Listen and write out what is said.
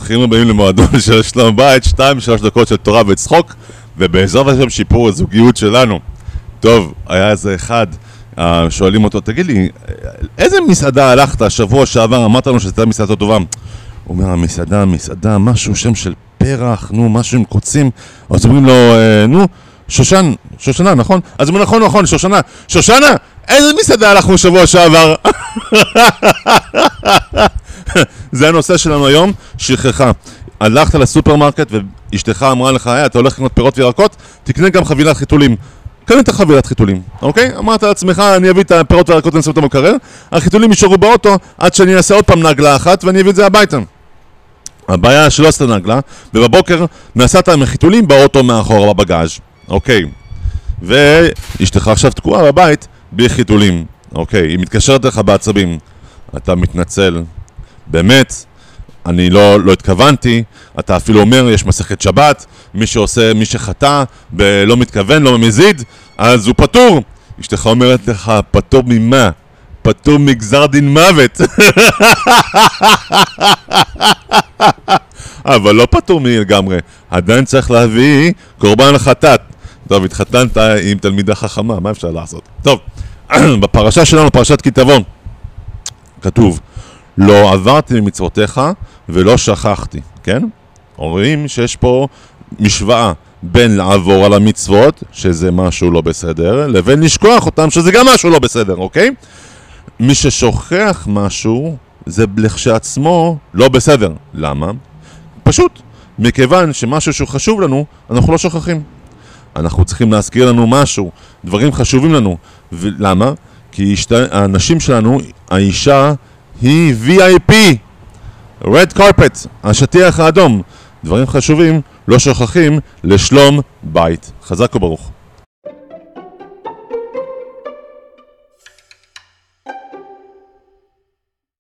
ברוכים הבאים למועדון של שלום בית, 2-3 דקות של תורה וצחוק, ובעזרת השם שיפור הזוגיות שלנו. טוב, היה איזה אחד, שואלים אותו, תגיד לי, איזה מסעדה הלכת השבוע שעבר, אמרת לנו שזו מסעדה טובה? הוא אומר, מסעדה, משהו, שם של פרח, משהו עם קוצים, אז אומרים לו, שושנה, נכון? אז הוא אומר, נכון, שושנה, איזה מסעדה הלכנו שבוע שעבר? זה הנושא שלנו היום, שכחה. הלכת לסופרמרקט ואשתך אמרה לך, אתה הולך לקנות פירות וירקות, תקנה גם חבילת חיתולים. קנה את החבילת חיתולים, אוקיי? אמרת לעצמך, אני אביא את הפירות וירקות ונסים אותם בקרר, החיתולים יישארו באוטו עד שאני אעשה עוד פעם נגלה אחת ואני אביא את זה הביתה. הבעיה שלא עשתה נגלה, ובבוקר נסעת עם החיתולים באוטו מאחורה בבגאז', אוקיי? ואשתך עכשיו תקועה בבית בלי חיתולים, אוקיי? היא מתקשרת לך בעצבים, אתה מתנצל, באמת, אני לא התכוונתי, אתה אפילו אומר, יש מסכת שבת, מי שחטא, לא מתכוון, לא מזיד, אז הוא פטור. אשתך אומרת לך, פטור ממה? פטור מגזר דין מוות. אבל לא פטור לגמרי, עדיין צריך להביא קורבן חטאת. טוב, התחתנת עם תלמידה חכמה, מה אפשר לעשות? טוב, בפרשה שלנו, פרשת כי תבוא, כתוב, לא עברתי ממצוותיך ולא שכחתי, כן? אומרים שיש פה משוואה בין לעבור על המצוות, שזה משהו לא בסדר, לבין לשכוח אותם, שזה גם משהו לא בסדר, אוקיי? מי ששוכח משהו, זה לכשעצמו לא בסדר. למה? פשוט, מכיוון שמשהו שהוא חשוב לנו, אנחנו לא שוכחים. אנחנו צריכים להזכיר לנו משהו, דברים חשובים לנו. למה? כי האנשים שלנו, האישה היא VIP, Red Carpet, השטיח האדום. דברים חשובים לא שוכחים לשלום בית. חזק וברוך.